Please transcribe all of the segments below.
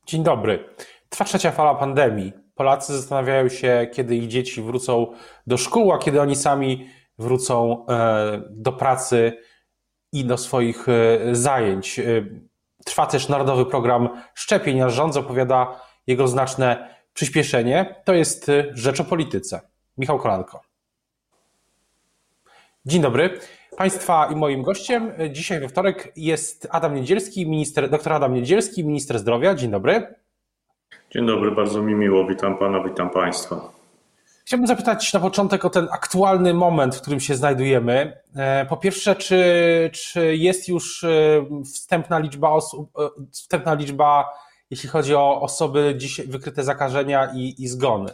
Dzień dobry. Trwa trzecia fala pandemii. Polacy zastanawiają się, kiedy ich dzieci wrócą do szkół, a kiedy oni sami wrócą do pracy i do swoich zajęć. Trwa też Narodowy Program Szczepień, a rząd zapowiada jego znaczne przyspieszenie. To jest Rzecz o Polityce. Michał Kolanko. Dzień dobry. Państwa i moim gościem dzisiaj we wtorek jest dr Adam Niedzielski, minister zdrowia. Dzień dobry. Dzień dobry, bardzo mi miło. Witam pana, witam państwa. Chciałbym zapytać na początek o ten aktualny moment, w którym się znajdujemy. Po pierwsze, czy jest już wstępna liczba, jeśli chodzi o osoby dzisiaj wykryte zakażenia i zgony?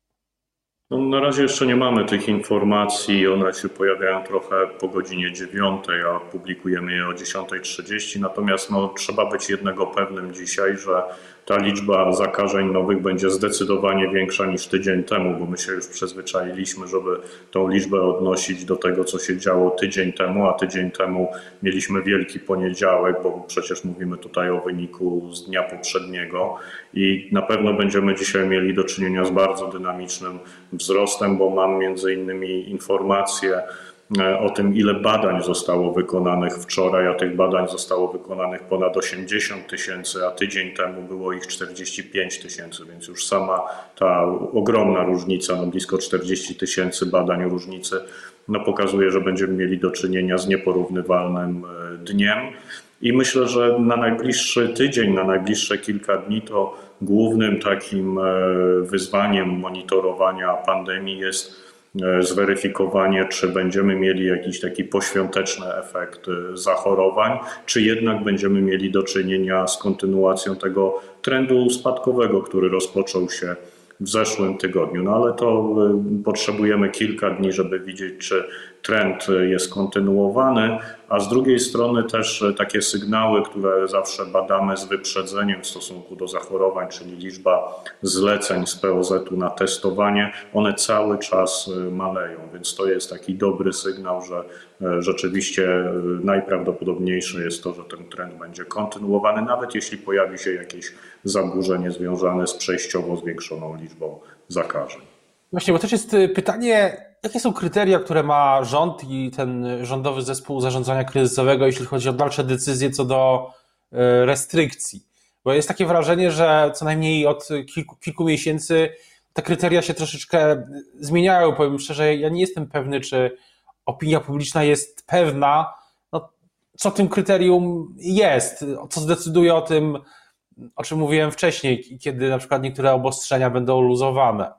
No, na razie jeszcze nie mamy tych informacji, one się pojawiają trochę po godzinie 9, a publikujemy je o 10:30, natomiast trzeba być jednego pewnym dzisiaj, że ta liczba zakażeń nowych będzie zdecydowanie większa niż tydzień temu, bo my się już przyzwyczailiśmy, żeby tą liczbę odnosić do tego, co się działo tydzień temu, a tydzień temu mieliśmy Wielki Poniedziałek, bo przecież mówimy tutaj o wyniku z dnia poprzedniego i na pewno będziemy dzisiaj mieli do czynienia z bardzo dynamicznym wzrostem, bo mam między innymi informacje o tym, ile badań zostało wykonanych wczoraj, a tych badań zostało wykonanych ponad 80 000, a tydzień temu było ich 45 000, więc już sama ta ogromna różnica, blisko 40 000 badań różnicy, pokazuje, że będziemy mieli do czynienia z nieporównywalnym dniem. I myślę, że na najbliższy tydzień, na najbliższe kilka dni to głównym takim wyzwaniem monitorowania pandemii jest zweryfikowanie, czy będziemy mieli jakiś taki poświąteczny efekt zachorowań, czy jednak będziemy mieli do czynienia z kontynuacją tego trendu spadkowego, który rozpoczął się w zeszłym tygodniu. No ale to potrzebujemy kilka dni, żeby widzieć, czy trend jest kontynuowany, a z drugiej strony też takie sygnały, które zawsze badamy z wyprzedzeniem w stosunku do zachorowań, czyli liczba zleceń z POZ-u na testowanie, one cały czas maleją, więc to jest taki dobry sygnał, że rzeczywiście najprawdopodobniejsze jest to, że ten trend będzie kontynuowany, nawet jeśli pojawi się jakieś zaburzenie związane z przejściowo zwiększoną liczbą zakażeń. Właśnie, bo też jest pytanie, jakie są kryteria, które ma rząd i ten rządowy zespół zarządzania kryzysowego, jeśli chodzi o dalsze decyzje co do restrykcji? Bo jest takie wrażenie, że co najmniej od kilku miesięcy te kryteria się troszeczkę zmieniają. Powiem szczerze, ja nie jestem pewny, czy opinia publiczna jest pewna, co tym kryterium jest, co zdecyduje o tym, o czym mówiłem wcześniej, kiedy na przykład niektóre obostrzenia będą luzowane.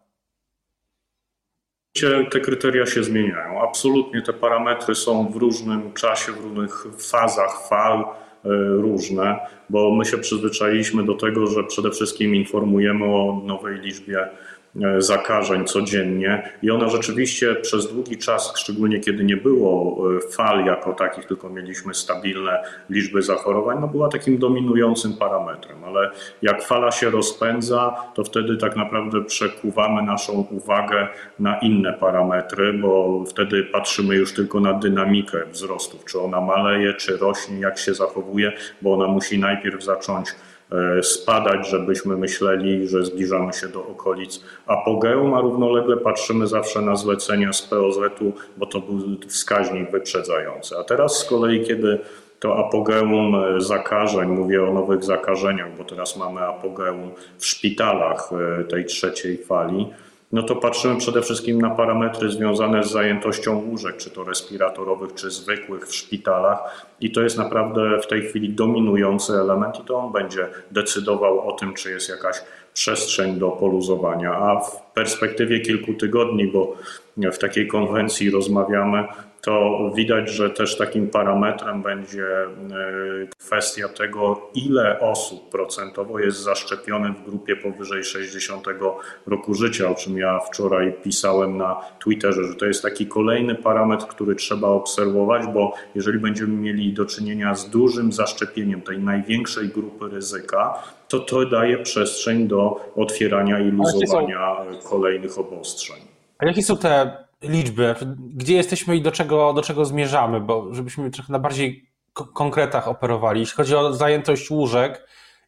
Te kryteria się zmieniają. Absolutnie te parametry są w różnym czasie, w różnych fazach fal różne, bo my się przyzwyczailiśmy do tego, że przede wszystkim informujemy o nowej liczbie zakażeń codziennie i ona rzeczywiście przez długi czas, szczególnie kiedy nie było fal jako takich, tylko mieliśmy stabilne liczby zachorowań, była takim dominującym parametrem, ale jak fala się rozpędza, to wtedy tak naprawdę przekuwamy naszą uwagę na inne parametry, bo wtedy patrzymy już tylko na dynamikę wzrostów, czy ona maleje, czy rośnie, jak się zachowuje, bo ona musi najpierw zacząć spadać, żebyśmy myśleli, że zbliżamy się do okolic apogeum, a równolegle patrzymy zawsze na zlecenia z POZ-u, bo to był wskaźnik wyprzedzający. A teraz z kolei, kiedy to apogeum zakażeń, mówię o nowych zakażeniach, bo teraz mamy apogeum w szpitalach tej trzeciej fali, to patrzymy przede wszystkim na parametry związane z zajętością łóżek, czy to respiratorowych, czy zwykłych w szpitalach i to jest naprawdę w tej chwili dominujący element i to on będzie decydował o tym, czy jest jakaś przestrzeń do poluzowania, a w perspektywie kilku tygodni, bo w takiej konwencji rozmawiamy, to widać, że też takim parametrem będzie kwestia tego, ile osób procentowo jest zaszczepionych w grupie powyżej 60 roku życia, o czym ja wczoraj pisałem na Twitterze, że to jest taki kolejny parametr, który trzeba obserwować, bo jeżeli będziemy mieli do czynienia z dużym zaszczepieniem tej największej grupy ryzyka, to daje przestrzeń do otwierania i luzowania kolejnych obostrzeń. A jakie są te liczby? Gdzie jesteśmy i do czego zmierzamy? Bo żebyśmy trochę na bardziej konkretach operowali. Jeśli chodzi o zajętość łóżek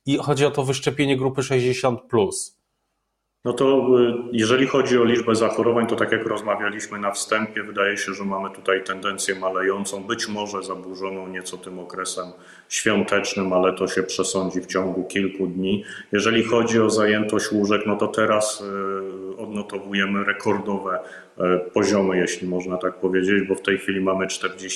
i chodzi o to wyszczepienie grupy 60+. No to jeżeli chodzi o liczbę zachorowań, to tak jak rozmawialiśmy na wstępie, wydaje się, że mamy tutaj tendencję malejącą, być może zaburzoną nieco tym okresem świątecznym, ale to się przesądzi w ciągu kilku dni. Jeżeli chodzi o zajętość łóżek, no to teraz odnotowujemy rekordowe poziomy, jeśli można tak powiedzieć, bo w tej chwili mamy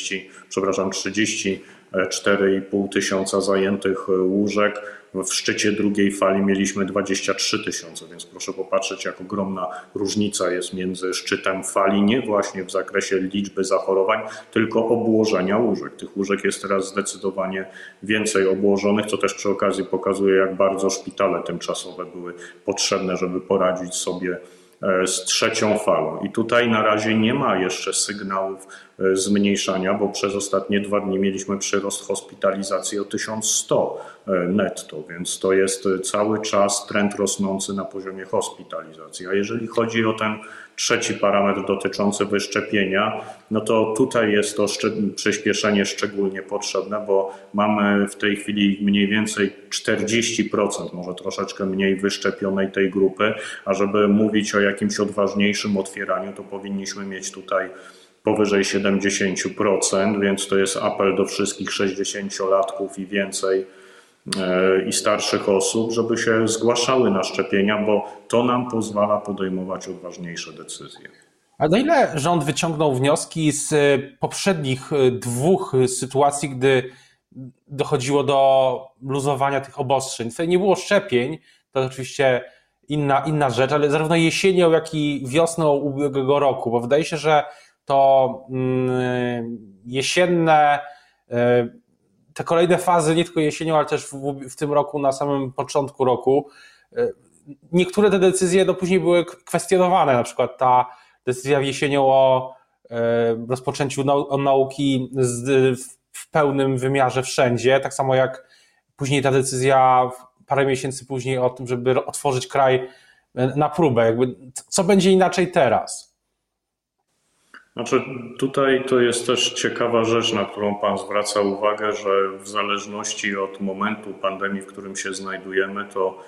34,5 tysiąca zajętych łóżek. W szczycie drugiej fali mieliśmy 23 tysiące, więc proszę popatrzeć, jak ogromna różnica jest między szczytem fali, nie właśnie w zakresie liczby zachorowań, tylko obłożenia łóżek. Tych łóżek jest teraz zdecydowanie więcej obłożonych, co też przy okazji pokazuje, jak bardzo szpitale tymczasowe były potrzebne, żeby poradzić sobie z trzecią falą. I tutaj na razie nie ma jeszcze sygnałów zmniejszania, bo przez ostatnie 2 dni mieliśmy przyrost hospitalizacji o 1100 netto, więc to jest cały czas trend rosnący na poziomie hospitalizacji. A jeżeli chodzi o ten trzeci parametr dotyczący wyszczepienia, no to tutaj jest to przyspieszenie szczególnie potrzebne, bo mamy w tej chwili mniej więcej 40%, może troszeczkę mniej wyszczepionej tej grupy, a żeby mówić o jakimś odważniejszym otwieraniu, to powinniśmy mieć tutaj powyżej 70%, więc to jest apel do wszystkich 60-latków i więcej i starszych osób, żeby się zgłaszały na szczepienia, bo to nam pozwala podejmować odważniejsze decyzje. A na ile rząd wyciągnął wnioski z poprzednich 2 sytuacji, gdy dochodziło do luzowania tych obostrzeń? Tutaj nie było szczepień, to oczywiście inna rzecz, ale zarówno jesienią, jak i wiosną ubiegłego roku, bo wydaje się, że to jesienne, te kolejne fazy, nie tylko jesienią, ale też w tym roku, na samym początku roku, niektóre te decyzje później były kwestionowane, na przykład ta decyzja jesienią o rozpoczęciu nauki w pełnym wymiarze wszędzie, tak samo jak później ta decyzja parę miesięcy później o tym, żeby otworzyć kraj na próbę. Co będzie inaczej teraz? Znaczy, tutaj to jest też ciekawa rzecz, na którą Pan zwraca uwagę, że w zależności od momentu pandemii, w którym się znajdujemy, to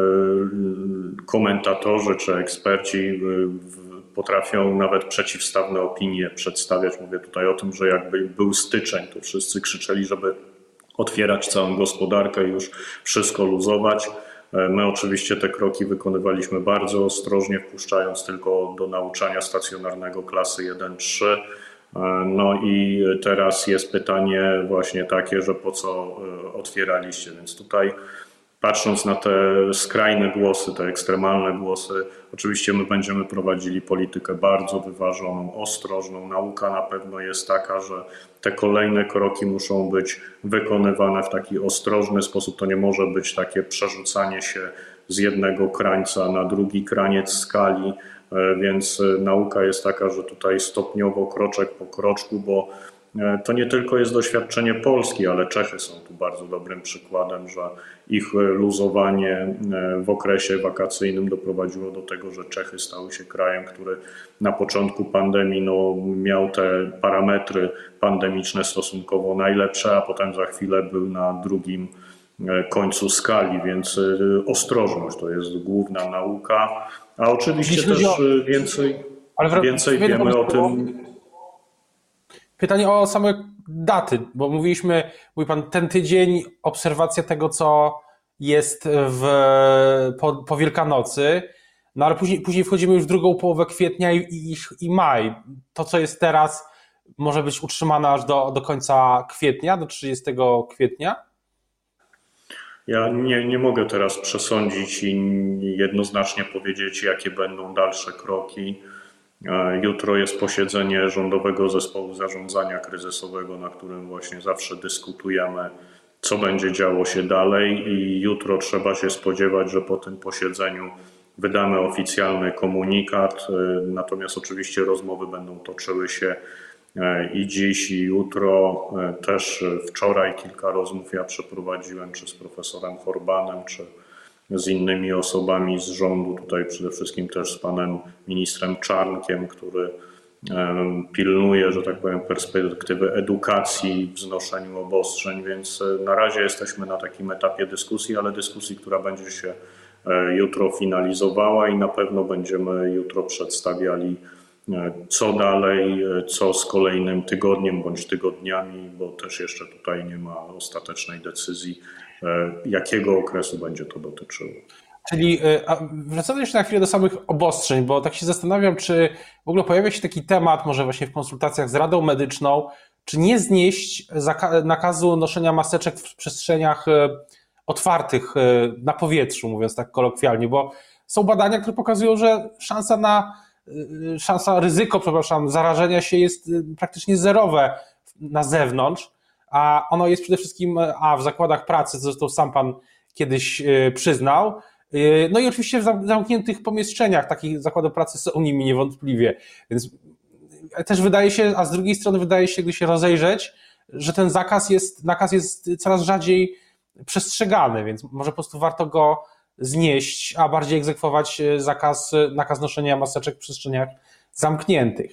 komentatorzy czy eksperci potrafią nawet przeciwstawne opinie przedstawiać. Mówię tutaj o tym, że jakby był styczeń, to wszyscy krzyczeli, żeby otwierać całą gospodarkę i już wszystko luzować. My oczywiście te kroki wykonywaliśmy bardzo ostrożnie, wpuszczając tylko do nauczania stacjonarnego klasy 1-3. No i teraz jest pytanie właśnie takie, że po co otwieraliście, więc tutaj patrząc na te skrajne głosy, te ekstremalne głosy, oczywiście my będziemy prowadzili politykę bardzo wyważoną, ostrożną. Nauka na pewno jest taka, że te kolejne kroki muszą być wykonywane w taki ostrożny sposób. To nie może być takie przerzucanie się z jednego krańca na drugi kraniec skali, więc nauka jest taka, że tutaj stopniowo, kroczek po kroczku, bo to nie tylko jest doświadczenie Polski, ale Czechy są tu bardzo dobrym przykładem, że ich luzowanie w okresie wakacyjnym doprowadziło do tego, że Czechy stały się krajem, który na początku pandemii miał te parametry pandemiczne stosunkowo najlepsze, a potem za chwilę był na drugim końcu skali, więc ostrożność to jest główna nauka, a oczywiście też więcej wiemy o tym. Pytanie o same daty, bo mówi Pan, ten tydzień, obserwacja tego, co jest po Wielkanocy, no ale później wchodzimy już w drugą połowę kwietnia i maj. To, co jest teraz, może być utrzymane aż do końca kwietnia, do 30 kwietnia? Ja nie mogę teraz przesądzić i jednoznacznie powiedzieć, jakie będą dalsze kroki. Jutro jest posiedzenie Rządowego Zespołu Zarządzania Kryzysowego, na którym właśnie zawsze dyskutujemy, co będzie działo się dalej, i jutro trzeba się spodziewać, że po tym posiedzeniu wydamy oficjalny komunikat, natomiast oczywiście rozmowy będą toczyły się i dziś, i jutro. Też wczoraj kilka rozmów ja przeprowadziłem, czy z profesorem Horbanem, czy z innymi osobami z rządu, tutaj przede wszystkim też z panem ministrem Czarnkiem, który pilnuje, że tak powiem, perspektywy edukacji w znoszeniu obostrzeń, więc na razie jesteśmy na takim etapie dyskusji, ale dyskusji, która będzie się jutro finalizowała i na pewno będziemy jutro przedstawiali, co dalej, co z kolejnym tygodniem bądź tygodniami, bo też jeszcze tutaj nie ma ostatecznej decyzji, jakiego okresu będzie to dotyczyło. Czyli wracając jeszcze na chwilę do samych obostrzeń, bo tak się zastanawiam, czy w ogóle pojawia się taki temat, może właśnie w konsultacjach z Radą Medyczną, czy nie znieść nakazu noszenia maseczek w przestrzeniach otwartych na powietrzu, mówiąc tak kolokwialnie, bo są badania, które pokazują, że ryzyko zarażenia się jest praktycznie zerowe na zewnątrz, a ono jest przede wszystkim w zakładach pracy, co zresztą sam pan kiedyś przyznał. No i oczywiście w zamkniętych pomieszczeniach takich zakładów pracy są nimi niewątpliwie, więc też wydaje się, a z drugiej strony wydaje się, gdy się rozejrzeć, że ten nakaz jest coraz rzadziej przestrzegany, więc może po prostu warto go znieść, a bardziej egzekwować nakaz noszenia maseczek w przestrzeniach zamkniętych.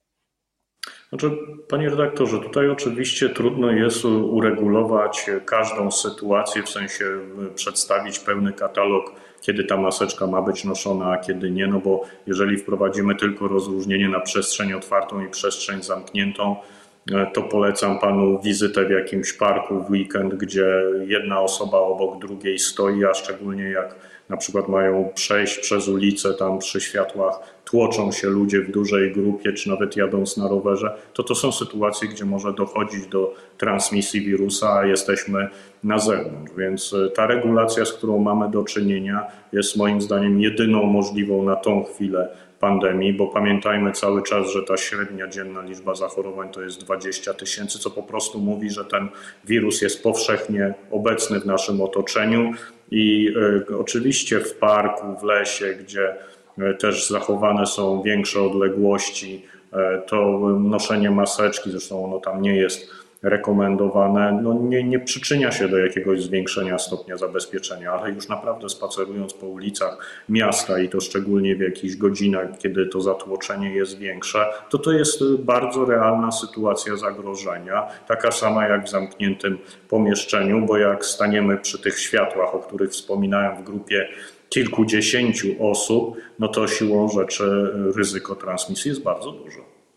Znaczy, panie redaktorze, tutaj oczywiście trudno jest uregulować każdą sytuację, w sensie przedstawić pełny katalog, kiedy ta maseczka ma być noszona, a kiedy nie, no bo jeżeli wprowadzimy tylko rozróżnienie na przestrzeń otwartą i przestrzeń zamkniętą, to polecam panu wizytę w jakimś parku w weekend, gdzie jedna osoba obok drugiej stoi, a szczególnie jak na przykład mają przejść przez ulicę, tam przy światłach tłoczą się ludzie w dużej grupie, czy nawet jadąc na rowerze, to są sytuacje, gdzie może dochodzić do transmisji wirusa, a jesteśmy na zewnątrz. Więc ta regulacja, z którą mamy do czynienia, jest moim zdaniem jedyną możliwą na tą chwilę pandemii, bo pamiętajmy cały czas, że ta średnia dzienna liczba zachorowań to jest 20 000, co po prostu mówi, że ten wirus jest powszechnie obecny w naszym otoczeniu i oczywiście w parku, w lesie, gdzie też zachowane są większe odległości, to noszenie maseczki, zresztą ono tam nie jest rekomendowane, no nie przyczynia się do jakiegoś zwiększenia stopnia zabezpieczenia, ale już naprawdę spacerując po ulicach miasta i to szczególnie w jakichś godzinach, kiedy to zatłoczenie jest większe, to jest bardzo realna sytuacja zagrożenia, taka sama jak w zamkniętym pomieszczeniu, bo jak staniemy przy tych światłach, o których wspominałem, w grupie kilkudziesięciu osób, no to siłą rzeczy ryzyko transmisji jest bardzo duże.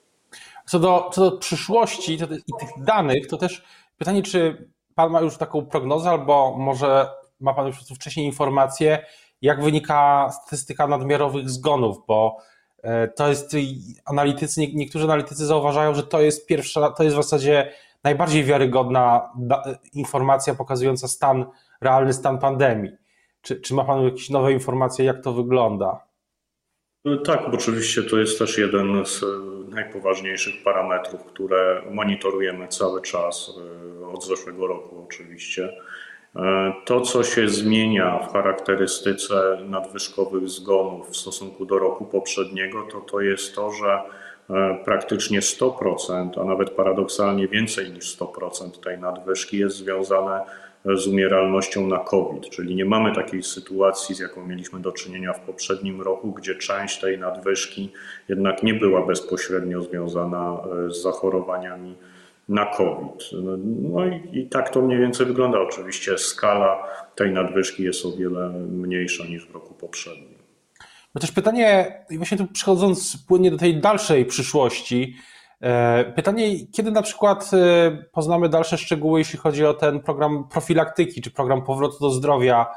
Co do przyszłości i tych danych, to też pytanie, czy pan ma już taką prognozę, albo może ma pan już wcześniej informację, jak wynika statystyka nadmiarowych zgonów, bo to jest niektórzy analitycy zauważają, że to jest w zasadzie najbardziej wiarygodna informacja pokazująca realny stan pandemii. Czy ma pan jakieś nowe informacje, jak to wygląda? Tak, oczywiście to jest też jeden z najpoważniejszych parametrów, które monitorujemy cały czas od zeszłego roku oczywiście. To, co się zmienia w charakterystyce nadwyżkowych zgonów w stosunku do roku poprzedniego, to jest to, że praktycznie 100%, a nawet paradoksalnie więcej niż 100% tej nadwyżki jest związane z umieralnością na COVID, czyli nie mamy takiej sytuacji, z jaką mieliśmy do czynienia w poprzednim roku, gdzie część tej nadwyżki jednak nie była bezpośrednio związana z zachorowaniami na COVID. No i tak to mniej więcej wygląda. Oczywiście skala tej nadwyżki jest o wiele mniejsza niż w roku poprzednim. No też pytanie, właśnie tu przechodząc płynnie do tej dalszej przyszłości, pytanie, kiedy na przykład poznamy dalsze szczegóły, jeśli chodzi o ten program profilaktyki, czy program powrotu do zdrowia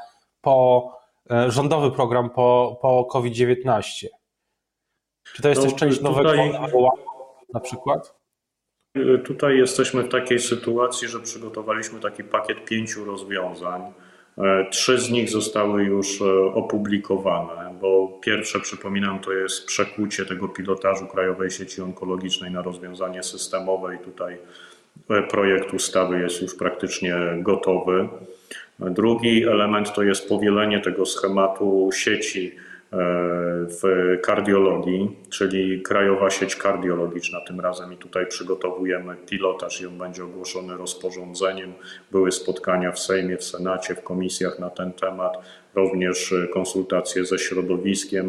rządowy program po COVID-19? Czy to jest też część nowego na przykład? Tutaj jesteśmy w takiej sytuacji, że przygotowaliśmy taki pakiet 5 rozwiązań. 3 z nich zostały już opublikowane, bo pierwsze, przypominam, to jest przekucie tego pilotażu Krajowej Sieci Onkologicznej na rozwiązanie systemowe i tutaj projekt ustawy jest już praktycznie gotowy. Drugi element to jest powielenie tego schematu sieci w kardiologii, czyli Krajowa Sieć Kardiologiczna tym razem i tutaj przygotowujemy pilotaż i on będzie ogłoszony rozporządzeniem. Były spotkania w Sejmie, w Senacie, w komisjach na ten temat, również konsultacje ze środowiskiem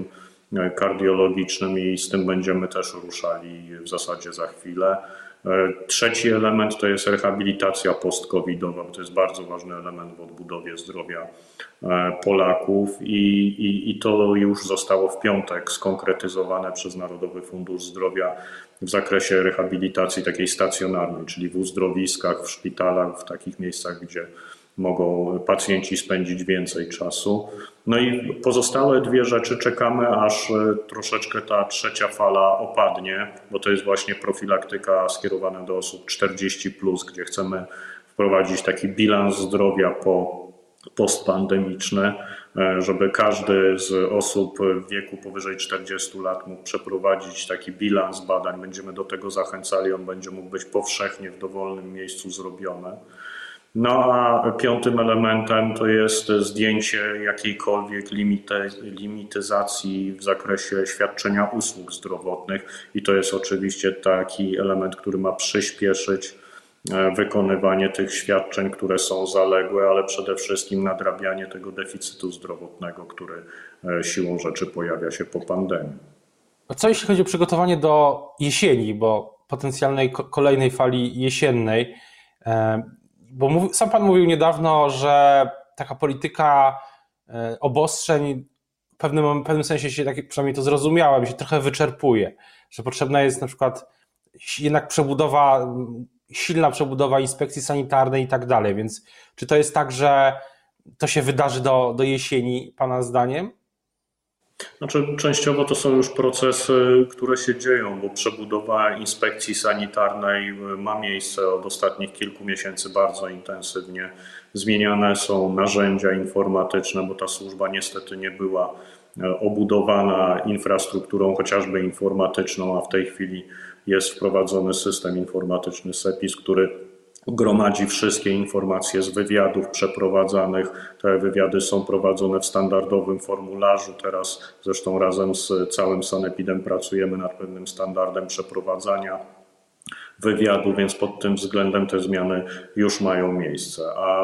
kardiologicznym i z tym będziemy też ruszali w zasadzie za chwilę. Trzeci element to jest rehabilitacja post-covidowa, bo to jest bardzo ważny element w odbudowie zdrowia Polaków i to już zostało w piątek skonkretyzowane przez Narodowy Fundusz Zdrowia w zakresie rehabilitacji takiej stacjonarnej, czyli w uzdrowiskach, w szpitalach, w takich miejscach, gdzie mogą pacjenci spędzić więcej czasu. No i pozostałe dwie rzeczy czekamy, aż troszeczkę ta trzecia fala opadnie, bo to jest właśnie profilaktyka skierowana do osób 40+, gdzie chcemy wprowadzić taki bilans zdrowia postpandemiczny, żeby każdy z osób w wieku powyżej 40 lat mógł przeprowadzić taki bilans badań. Będziemy do tego zachęcali, on będzie mógł być powszechnie w dowolnym miejscu zrobiony. No a piątym elementem to jest zdjęcie jakiejkolwiek limityzacji w zakresie świadczenia usług zdrowotnych i to jest oczywiście taki element, który ma przyspieszyć wykonywanie tych świadczeń, które są zaległe, ale przede wszystkim nadrabianie tego deficytu zdrowotnego, który siłą rzeczy pojawia się po pandemii. A co jeśli chodzi o przygotowanie do jesieni, bo potencjalnej kolejnej fali jesiennej? Bo sam pan mówił niedawno, że taka polityka obostrzeń w pewnym sensie się, tak przynajmniej to zrozumiałem, się trochę wyczerpuje, że potrzebna jest na przykład jednak silna przebudowa inspekcji sanitarnej i tak dalej, więc czy to jest tak, że to się wydarzy do jesieni pana zdaniem? Znaczy, częściowo to są już procesy, które się dzieją, bo przebudowa inspekcji sanitarnej ma miejsce od ostatnich kilku miesięcy bardzo intensywnie. Zmieniane są narzędzia informatyczne, bo ta służba niestety nie była obudowana infrastrukturą chociażby informatyczną, a w tej chwili jest wprowadzony system informatyczny SEPIS, który gromadzi wszystkie informacje z wywiadów przeprowadzanych. Te wywiady są prowadzone w standardowym formularzu. Teraz zresztą razem z całym sanepidem pracujemy nad pewnym standardem przeprowadzania wywiadu, więc pod tym względem te zmiany już mają miejsce. A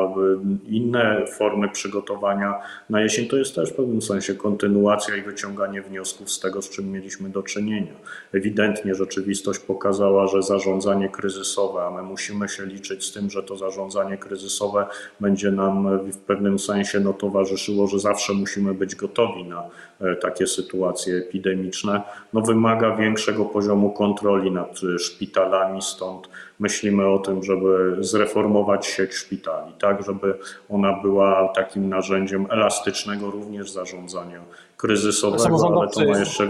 inne formy przygotowania na jesień to jest też w pewnym sensie kontynuacja i wyciąganie wniosków z tego, z czym mieliśmy do czynienia. Ewidentnie rzeczywistość pokazała, że zarządzanie kryzysowe, a my musimy się liczyć z tym, że to zarządzanie kryzysowe będzie nam w pewnym sensie towarzyszyło, że zawsze musimy być gotowi na takie sytuacje epidemiczne, wymaga większego poziomu kontroli nad szpitalami, stąd myślimy o tym, żeby zreformować sieć szpitali, tak żeby ona była takim narzędziem elastycznego również zarządzania kryzysowego, ale to ma jeszcze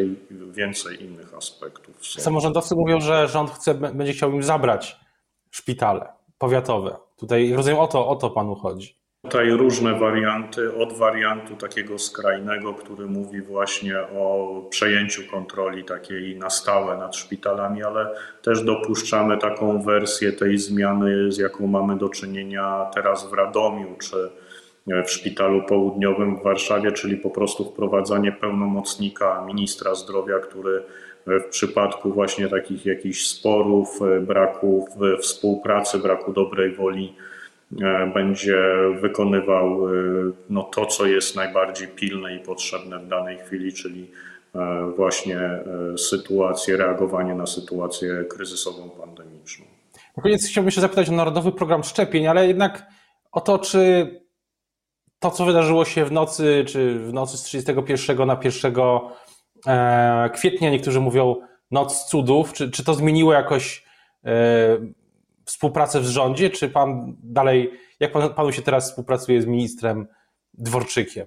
więcej innych aspektów. Samorządowcy mówią, że rząd będzie chciał im zabrać szpitale powiatowe. Tutaj rozumiem, o to panu chodzi. Tutaj różne warianty, od wariantu takiego skrajnego, który mówi właśnie o przejęciu kontroli takiej na stałe nad szpitalami, ale też dopuszczamy taką wersję tej zmiany, z jaką mamy do czynienia teraz w Radomiu czy w Szpitalu Południowym w Warszawie, czyli po prostu wprowadzanie pełnomocnika ministra zdrowia, który w przypadku właśnie takich jakichś sporów, braku współpracy, braku dobrej woli będzie wykonywał to, co jest najbardziej pilne i potrzebne w danej chwili, czyli właśnie reagowanie na sytuację kryzysową, pandemiczną. Na koniec chciałbym się zapytać o Narodowy Program Szczepień, ale jednak o to, czy to, co wydarzyło się w nocy z 31 na 1 kwietnia, niektórzy mówią noc cudów, czy to zmieniło jakoś współpracę w rządzie, czy pan dalej, jak panu się teraz współpracuje z ministrem Dworczykiem?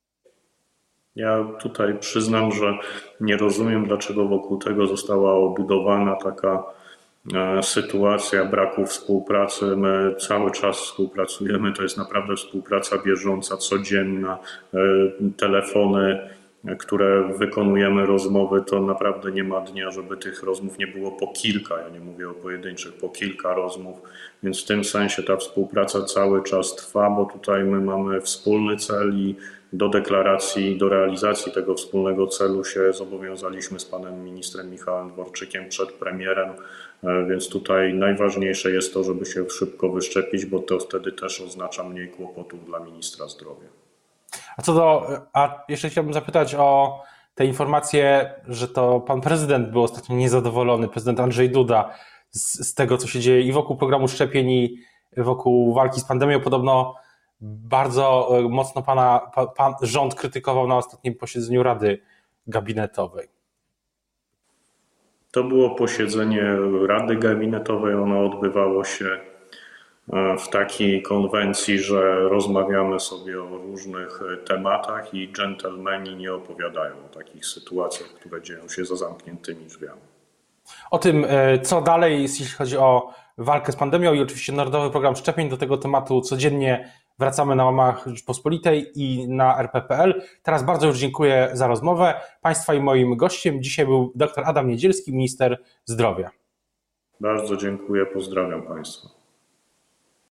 Ja tutaj przyznam, że nie rozumiem, dlaczego wokół tego została obudowana taka sytuacja braku współpracy. My cały czas współpracujemy, to jest naprawdę współpraca bieżąca, codzienna, telefony, które wykonujemy rozmowy, to naprawdę nie ma dnia, żeby tych rozmów nie było po kilka. Ja nie mówię o pojedynczych, po kilka rozmów, więc w tym sensie ta współpraca cały czas trwa, bo tutaj my mamy wspólny cel i do deklaracji, do realizacji tego wspólnego celu się zobowiązaliśmy z panem ministrem Michałem Dworczykiem przed premierem, więc tutaj najważniejsze jest to, żeby się szybko wyszczepić, bo to wtedy też oznacza mniej kłopotów dla ministra zdrowia. A jeszcze chciałbym zapytać o te informacje, że to pan prezydent był ostatnio niezadowolony, prezydent Andrzej Duda, z tego, co się dzieje i wokół programu szczepień, i wokół walki z pandemią. Podobno bardzo mocno pan rząd krytykował na ostatnim posiedzeniu Rady Gabinetowej. To było posiedzenie Rady Gabinetowej. Ono odbywało się w takiej konwencji, że rozmawiamy sobie o różnych tematach i dżentelmeni nie opowiadają o takich sytuacjach, które dzieją się za zamkniętymi drzwiami. O tym, co dalej, jeśli chodzi o walkę z pandemią i oczywiście Narodowy Program Szczepień, do tego tematu codziennie wracamy na łamach Rzeczpospolitej i na rp.pl. Teraz bardzo już dziękuję za rozmowę. Państwa i moim gościem dzisiaj był dr Adam Niedzielski, minister zdrowia. Bardzo dziękuję, pozdrawiam Państwa.